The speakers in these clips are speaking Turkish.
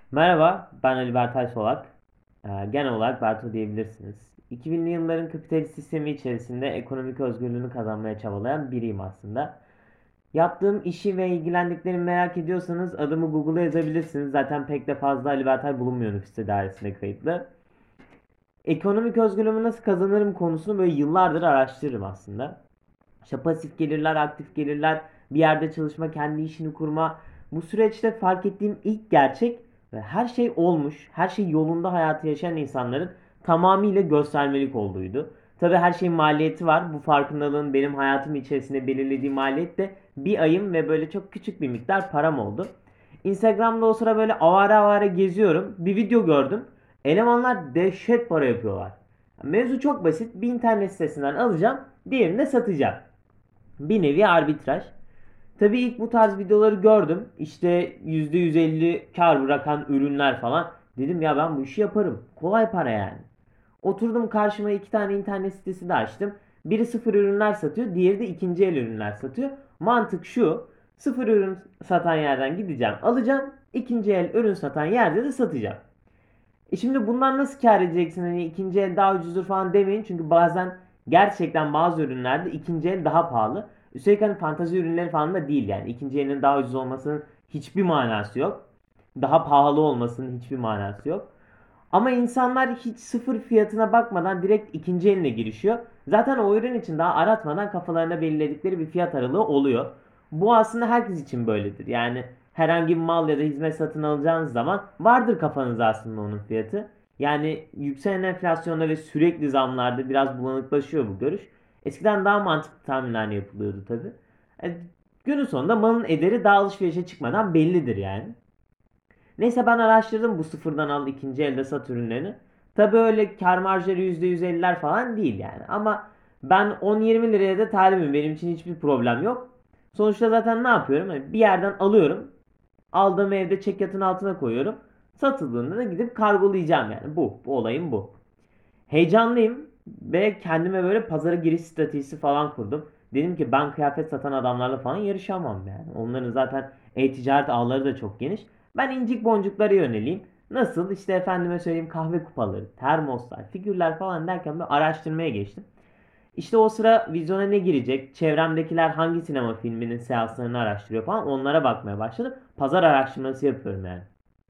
Merhaba, ben Ali Bertay Solak. Genel olarak Berto diyebilirsiniz. 2000'li yılların kapitalist sistemi içerisinde ekonomik özgürlüğünü kazanmaya çabalayan biriyim aslında. Yaptığım işi ve ilgilendiklerimi merak ediyorsanız adımı Google'a yazabilirsiniz. Zaten pek de fazla Ali Bertay bulunmuyor nüfus dairesinde kayıtlı. Ekonomik özgürlüğümü nasıl kazanırım konusunu böyle yıllardır araştırırım aslında. İşte pasif gelirler, aktif gelirler, bir yerde çalışma, kendi işini kurma. Bu süreçte fark ettiğim ilk gerçek ve her şey olmuş, her şey yolunda hayatı yaşayan insanların tamamıyla göstermelik olduğuydu. Tabi her şeyin maliyeti var. Bu farkındalığın benim hayatım içerisinde belirlediği maliyet de bir ayım ve böyle çok küçük bir miktar param oldu. Instagram'da o sıra böyle avare avare geziyorum. Bir video gördüm. Elemanlar dehşet para yapıyorlar. Mevzu çok basit. Bir internet sitesinden alacağım, diğerini de satacağım. Bir nevi arbitraj. Tabii ilk bu tarz videoları gördüm. İşte %150 kar bırakan ürünler falan. Dedim ya ben bu işi yaparım. Kolay para yani. Oturdum karşıma iki tane internet sitesi de açtım. Biri sıfır ürünler satıyor. Diğeri de ikinci el ürünler satıyor. Mantık şu. Sıfır ürün satan yerden gideceğim. Alacağım. İkinci el ürün satan yerde de satacağım. Şimdi bundan nasıl kar edeceksin? Hani ikinci el daha ucuzdur falan demeyin. Çünkü bazen gerçekten bazı ürünlerde ikinci el daha pahalı. Üstelik hani fantezi ürünleri falan da değil yani. İkinci elin daha ucuz olmasının hiçbir manası yok. Daha pahalı olmasının hiçbir manası yok. Ama insanlar hiç sıfır fiyatına bakmadan direkt ikinci eline girişiyor. Zaten o ürün için daha aratmadan kafalarına belirledikleri bir fiyat aralığı oluyor. Bu aslında herkes için böyledir. Yani herhangi bir mal ya da hizmet satın alacağınız zaman vardır kafanızda aslında onun fiyatı. Yani yükselen enflasyonda ve sürekli zamlarda biraz bulanıklaşıyor bu görüş. Eskiden daha mantıklı tahminler yapılıyordu tabi. Günün sonunda malın ederi daha alışverişe çıkmadan bellidir yani. Neyse ben araştırdım bu sıfırdan al ikinci elde sat ürünlerini. Tabi öyle kar marjları %150'ler falan değil yani. Ama ben 10-20 liraya da talibim. Benim için hiçbir problem yok. Sonuçta zaten ne yapıyorum? Yani bir yerden alıyorum. Aldığım evde çekyatın altına koyuyorum. Satıldığında da gidip kargolayacağım yani. Bu olayım bu. Heyecanlıyım ve kendime böyle pazara giriş stratejisi falan kurdum. Dedim ki ben kıyafet satan adamlarla falan yarışamam yani. Onların zaten e-ticaret ağları da çok geniş. Ben incik boncuklara yöneleyim. Nasıl? İşte efendime söyleyeyim kahve kupaları, termoslar, figürler falan derken bir araştırmaya geçtim. İşte o sıra vizyona ne girecek, çevremdekiler hangi sinema filminin seanslarını araştırıyor falan onlara bakmaya başladım. Pazar araştırması yapıyorum yani.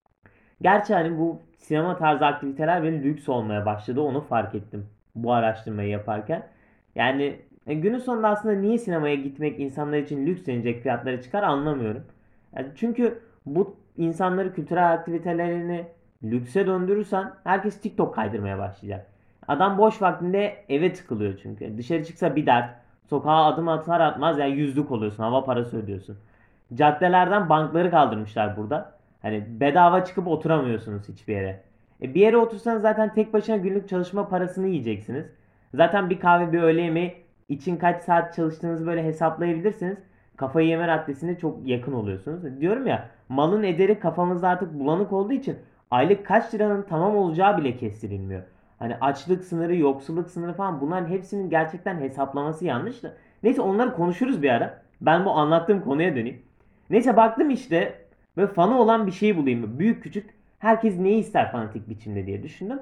Gerçi hani bu sinema tarzı aktiviteler benim lüks olmaya başladı. Onu fark ettim bu araştırmayı yaparken. Yani günün sonunda aslında niye sinemaya gitmek insanlar için lüks denecek fiyatlara çıkar anlamıyorum. Yani çünkü bu insanları kültürel aktivitelerini lükse döndürürsen herkes TikTok kaydırmaya başlayacak. Adam boş vaktinde eve tıkılıyor çünkü. Dışarı çıksa bir dert. Sokağa adım atar atmaz yani yüzlük oluyorsun. Hava parası ödüyorsun. Caddelerden bankları kaldırmışlar burada. Hani bedava çıkıp oturamıyorsunuz hiçbir yere. Bir yere otursanız zaten tek başına günlük çalışma parasını yiyeceksiniz. Zaten bir kahve bir öğle yemeği için kaç saat çalıştığınızı böyle hesaplayabilirsiniz. Kafayı yeme raddesine çok yakın oluyorsunuz. Diyorum ya malın ederi kafamızda artık bulanık olduğu için aylık kaç liranın tamam olacağı bile kestirilmiyor. Hani açlık sınırı, yoksulluk sınırı falan bunların hepsinin gerçekten hesaplaması yanlış da. Neyse onları konuşuruz bir ara. Ben bu anlattığım konuya döneyim. Neyse baktım işte ve fanı olan bir şey bulayım. Büyük küçük herkes neyi ister fanatik biçimde diye düşündüm.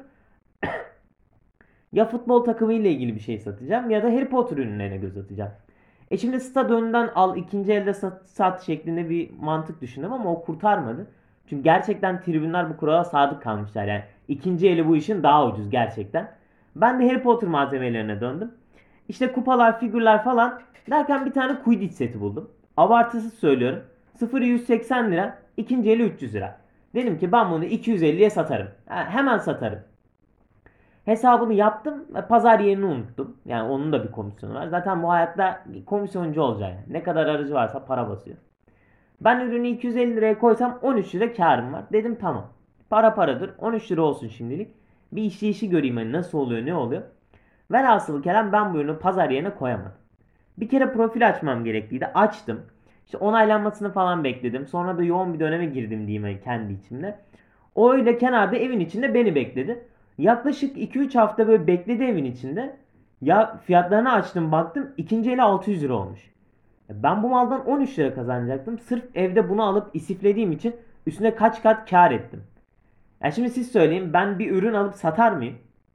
Ya futbol takımı ile ilgili bir şey satacağım ya da Harry Potter ürünlerine göz atacağım. Şimdi stad önünden al ikinci elde sat şeklinde bir mantık düşündüm ama o kurtarmadı. Çünkü gerçekten tribünler bu kurala sadık kalmışlar yani. İkinci eli bu işin daha ucuz gerçekten. Ben de Harry Potter malzemelerine döndüm. İşte kupalar, figürler falan derken bir tane Quidditch seti buldum. Abartısız söylüyorum. Sıfırı 180 lira, ikinci eli 300 lira. Dedim ki ben bunu 250'ye satarım. Hemen satarım. Hesabını yaptım ve pazar yerini unuttum. Yani onun da bir komisyonu var. Zaten bu hayatta komisyoncu olacaksın. Yani. Ne kadar aracı varsa para basıyor. Ben ürünü 250 liraya koysam 13 lira karım var. Dedim tamam. Para paradır. 13 lira olsun şimdilik. Bir işleyişi göreyim hani nasıl oluyor ne oluyor. Velhasılı kelam ben bu ürünü pazar yerine koyamadım. Bir kere profil açmam gerekliydi. Açtım. İşte onaylanmasını falan bekledim. Sonra da yoğun bir döneme girdim diyeyim hani kendi içimde. O öyle kenarda evin içinde beni bekledi. Yaklaşık 2-3 hafta böyle bekledi evin içinde. Ya fiyatlarını açtım baktım ikinci eli 600 lira olmuş. Ben bu maldan 13 lira kazanacaktım. Sırf evde bunu alıp istiflediğim için üstüne kaç kat kar ettim. Ya şimdi siz söyleyin, ben bir ürün alıp satar mıyım?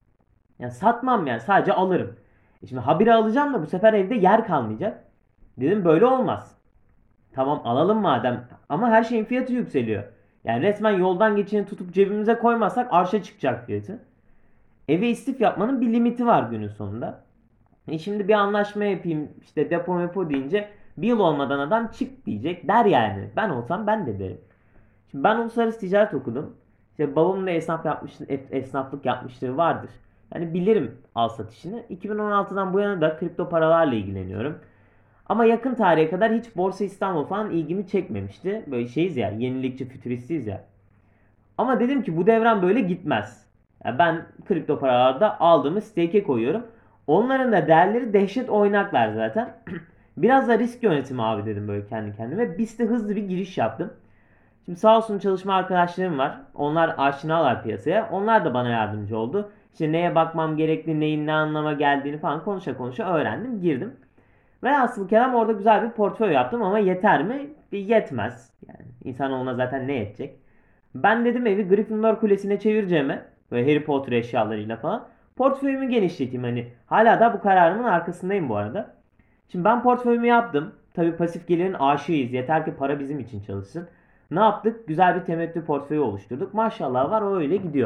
Yani satmam, yani sadece alırım. Şimdi habire alacağım da bu sefer evde yer kalmayacak. Dedim böyle olmaz. Tamam alalım madem, ama her şeyin fiyatı yükseliyor. Yani resmen yoldan geçeni tutup cebimize koymazsak arşa çıkacak fiyatı. Eve istif yapmanın bir limiti var günün sonunda. Şimdi bir anlaşma yapayım işte, depo mepo deyince bir yıl olmadan adam çık diyecek der yani. Ben olsam ben de derim. Şimdi ben uluslararası ticaret okudum. İşte babamın da esnaflık yapmışlığı vardır. Yani bilirim al sat işini. 2016'dan bu yana da kripto paralarla ilgileniyorum. Ama yakın tarihe kadar hiç Borsa İstanbul falan ilgimi çekmemişti. Böyle şeyiz ya, yenilikçi, fütüristiyiz ya. Ama dedim ki bu devran böyle gitmez. Yani ben kripto paralarda aldığımı stake'e koyuyorum. Onların da değerleri dehşet oynaklar zaten. Biraz da risk yönetimi abi dedim böyle kendi kendime. BIST'e hızlı bir giriş yaptım. Şimdi sağ olsun çalışma arkadaşlarım var. Onlar aşinalar piyasaya. Onlar da bana yardımcı oldu. İşte neye bakmam gerektiğini, neyin ne anlama geldiğini falan konuşa konuşa öğrendim, girdim. Ve aslında Kerem orada güzel bir portföy yaptım, ama yeter mi? Yetmez. Yani insanoğluna zaten ne yetecek? Ben dedim evi Gryffindor Kulesi'ne çevireceğime, böyle Harry Potter eşyalarıyla falan, portföyümü genişleteyim hani. Hala da bu kararımın arkasındayım bu arada. Şimdi ben portföyümü yaptım. Tabii pasif gelirin aşığıyız. Yeter ki para bizim için çalışsın. Ne yaptık? Güzel bir temettü portföyü oluşturduk. Maşallah var, o öyle gidiyor.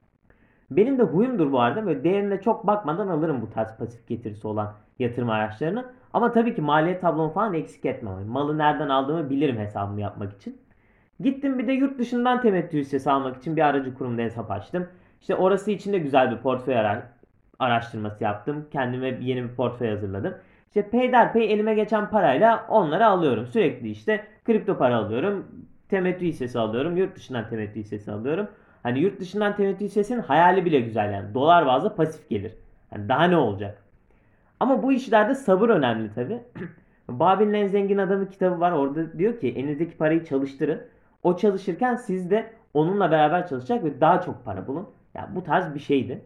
Benim de huyumdur bu arada. Böyle değerine çok bakmadan alırım bu tarz pasif getirisi olan yatırım araçlarını. Ama tabii ki maliyet tablomu falan eksik etmem. Malı nereden aldığımı bilirim hesabımı yapmak için. Gittim bir de yurt dışından temettü hissesi almak için bir aracı kurumda hesap açtım. İşte orası için de güzel bir portföy araştırması yaptım. Kendime yeni bir portföy hazırladım. İşte peyderpey elime geçen parayla onları alıyorum. Sürekli işte kripto para alıyorum. Temettü hissesi alıyorum. Yurt dışından temettü hissesi alıyorum. Hani yurt dışından temettü hissesinin hayali bile güzel yani. Dolar bazlı pasif gelir. Hani daha ne olacak? Ama bu işlerde sabır önemli tabi. Babil'in en zengin adamı kitabı var. Orada diyor ki elinizdeki parayı çalıştırın. O çalışırken siz de onunla beraber çalışacak ve daha çok para bulun. Yani bu tarz bir şeydi.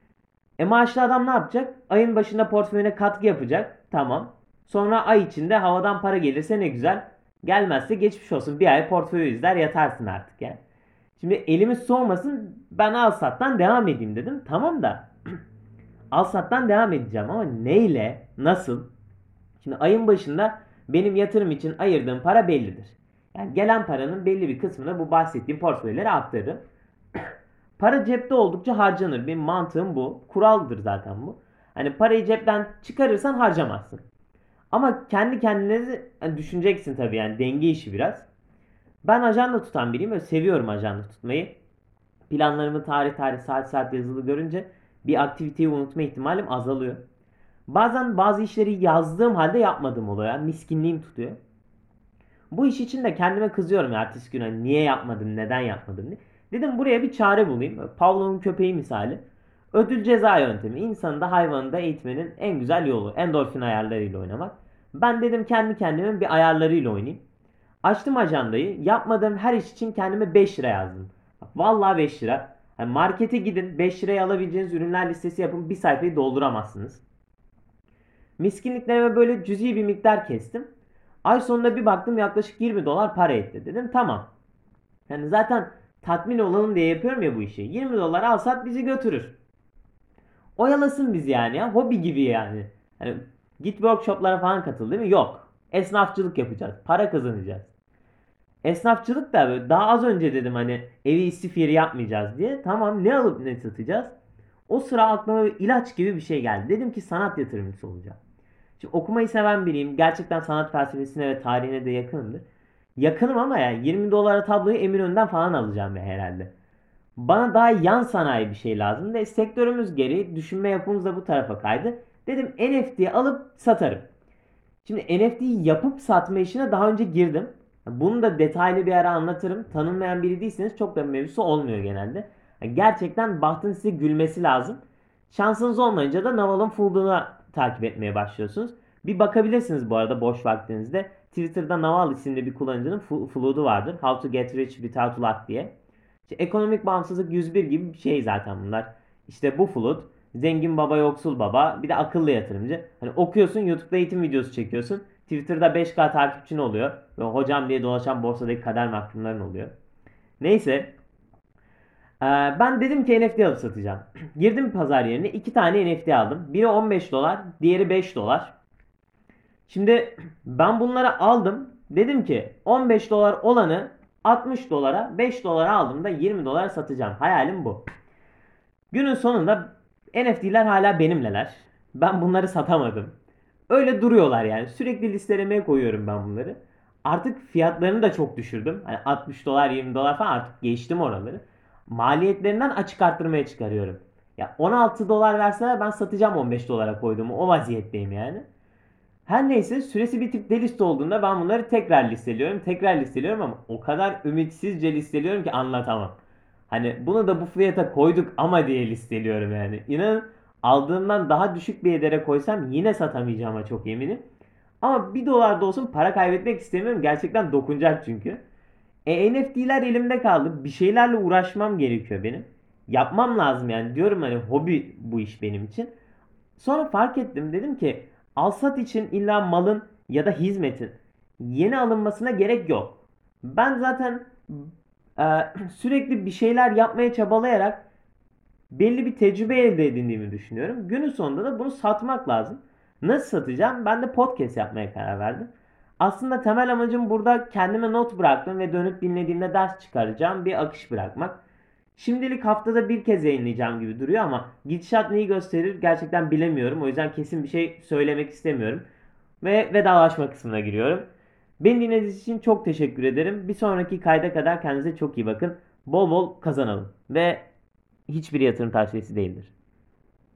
Maaşlı adam ne yapacak? Ayın başında portföyüne katkı yapacak. Tamam. Sonra ay içinde havadan para gelirse ne güzel. Gelmezse geçmiş olsun. Bir ay portföyü izler yatarsın artık yani. Şimdi elimiz soğumasın, ben al sattan devam edeyim dedim. Tamam da al sattan devam edeceğim, ama neyle? Nasıl? Şimdi ayın başında benim yatırım için ayırdığım para bellidir. Yani gelen paranın belli bir kısmını bu bahsettiğim portföylere aktarırım. Para cepte oldukça harcanır. Benim mantığım bu. Kuraldır zaten bu. Hani parayı cepten çıkarırsan harcamazsın. Ama kendi kendinizi hani düşüneceksin tabii, yani denge işi biraz. Ben ajanda tutan biriyim ve seviyorum ajanda tutmayı. Planlarımı tarih tarih, saat saat yazılı görünce bir aktiviteyi unutma ihtimalim azalıyor. Bazen bazı işleri yazdığım halde yapmadığım oluyor. Yani miskinliğim tutuyor. Bu iş için de kendime kızıyorum ya ertesi gün, hani niye yapmadım, neden yapmadım diye. Dedim buraya bir çare bulayım. Pavlov'un köpeği misali. Ödül ceza yöntemi. İnsanı da hayvanı da eğitmenin en güzel yolu. Endorfin ayarlarıyla oynamak. Ben dedim kendi kendimin bir ayarlarıyla oynayayım. Açtım ajandayı. Yapmadığım her iş için kendime 5 lira yazdım. Bak, vallahi 5 lira. Yani markete gidin, 5 liraya alabileceğiniz ürünler listesi yapın. Bir sayfayı dolduramazsınız. Miskinliklerime böyle cüzi bir miktar kestim. Ay sonunda bir baktım yaklaşık 20 dolar para etti. Dedim tamam. Yani zaten tatmin olalım diye yapıyorum ya bu işi. 20 dolar alsat bizi götürür. Oyalasın bizi yani ya. Hobi gibi yani. Hani git workshoplara falan katıl değil mi? Yok. Esnafçılık yapacağız. Para kazanacağız. Esnafçılık da böyle daha az önce dedim hani evi istif yeri yapmayacağız diye. Tamam, ne alıp ne satacağız? O sıra aklıma bir ilaç gibi bir şey geldi. Dedim ki sanat yatırımcısı olacağım. Şimdi okumayı seven biriyim. Gerçekten sanat felsefesine ve tarihine de yakınımdır. Yakınım ama yani 20 dolara tabloyu Eminönü'nden falan alacağım ya herhalde. Bana daha yan sanayi bir şey lazım. Ve sektörümüz gereği düşünme yapımız da bu tarafa kaydı. Dedim NFT'yi alıp satarım. Şimdi NFT'yi yapıp satma işine daha önce girdim. Bunu da detaylı bir ara anlatırım. Tanınmayan biri değilseniz çok da mevzusu olmuyor genelde. Gerçekten bahtın size gülmesi lazım. Şansınız olmayınca da Naval'ın Fool'una takip etmeye başlıyorsunuz. Bir bakabilirsiniz bu arada boş vaktinizde. Twitter'da Naval isimli bir kullanıcının flood'u vardır. How to get rich without luck diye. İşte ekonomik bağımsızlık 101 gibi bir şey zaten bunlar. İşte bu flood, zengin baba yoksul baba, bir de akıllı yatırımcı. Hani okuyorsun, YouTube'da eğitim videosu çekiyorsun. Twitter'da 5K takipçin oluyor. Ve hocam diye dolaşan borsadaki kader mahkumların oluyor. Neyse. Ben dedim ki NFT alıp satacağım. Girdim pazar yerine 2 tane NFT aldım. Biri 15 dolar, diğeri 5 dolar. Şimdi ben bunları aldım. Dedim ki 15 dolar olanı 60 dolara, 5 dolara aldım da 20 dolara satacağım. Hayalim bu. Günün sonunda NFT'ler hala benimleler. Ben bunları satamadım. Öyle duruyorlar yani. Sürekli listelemeye koyuyorum ben bunları. Artık fiyatlarını da çok düşürdüm. Hani 60 dolar 20 dolar falan artık geçtim oraları. Maliyetlerinden açık arttırmaya çıkarıyorum. Ya 16 dolar verseler ben satacağım 15 dolara koyduğumu. O vaziyetteyim yani. Her neyse süresi bitip delist olduğunda ben bunları tekrar listeliyorum. Tekrar listeliyorum ama o kadar ümitsizce listeliyorum ki anlatamam. Hani bunu da bu fiyata koyduk ama diye listeliyorum yani. İnanın aldığımdan daha düşük bir edere koysam yine satamayacağıma çok eminim. Ama 1 dolar da olsun para kaybetmek istemiyorum. Gerçekten dokunacak çünkü. NFT'ler elimde kaldı. Bir şeylerle uğraşmam gerekiyor benim. Yapmam lazım yani. Diyorum hani hobi bu iş benim için. Sonra fark ettim. Dedim ki alsat için illa malın ya da hizmetin yeni alınmasına gerek yok. Ben zaten sürekli bir şeyler yapmaya çabalayarak belli bir tecrübe elde edindiğimi düşünüyorum. Günün sonunda da bunu satmak lazım. Nasıl satacağım? Ben de podcast yapmaya karar verdim. Aslında temel amacım burada kendime not bıraktım ve dönüp dinlediğimde ders çıkaracağım bir akış bırakmak. Şimdilik haftada bir kez yayınlayacağım gibi duruyor ama gidişat neyi gösterir gerçekten bilemiyorum. O yüzden kesin bir şey söylemek istemiyorum. Ve vedalaşma kısmına giriyorum. Beni dinlediğiniz için çok teşekkür ederim. Bir sonraki kayda kadar kendinize çok iyi bakın. Bol bol kazanalım. Ve hiçbir yatırım tavsiyesi değildir.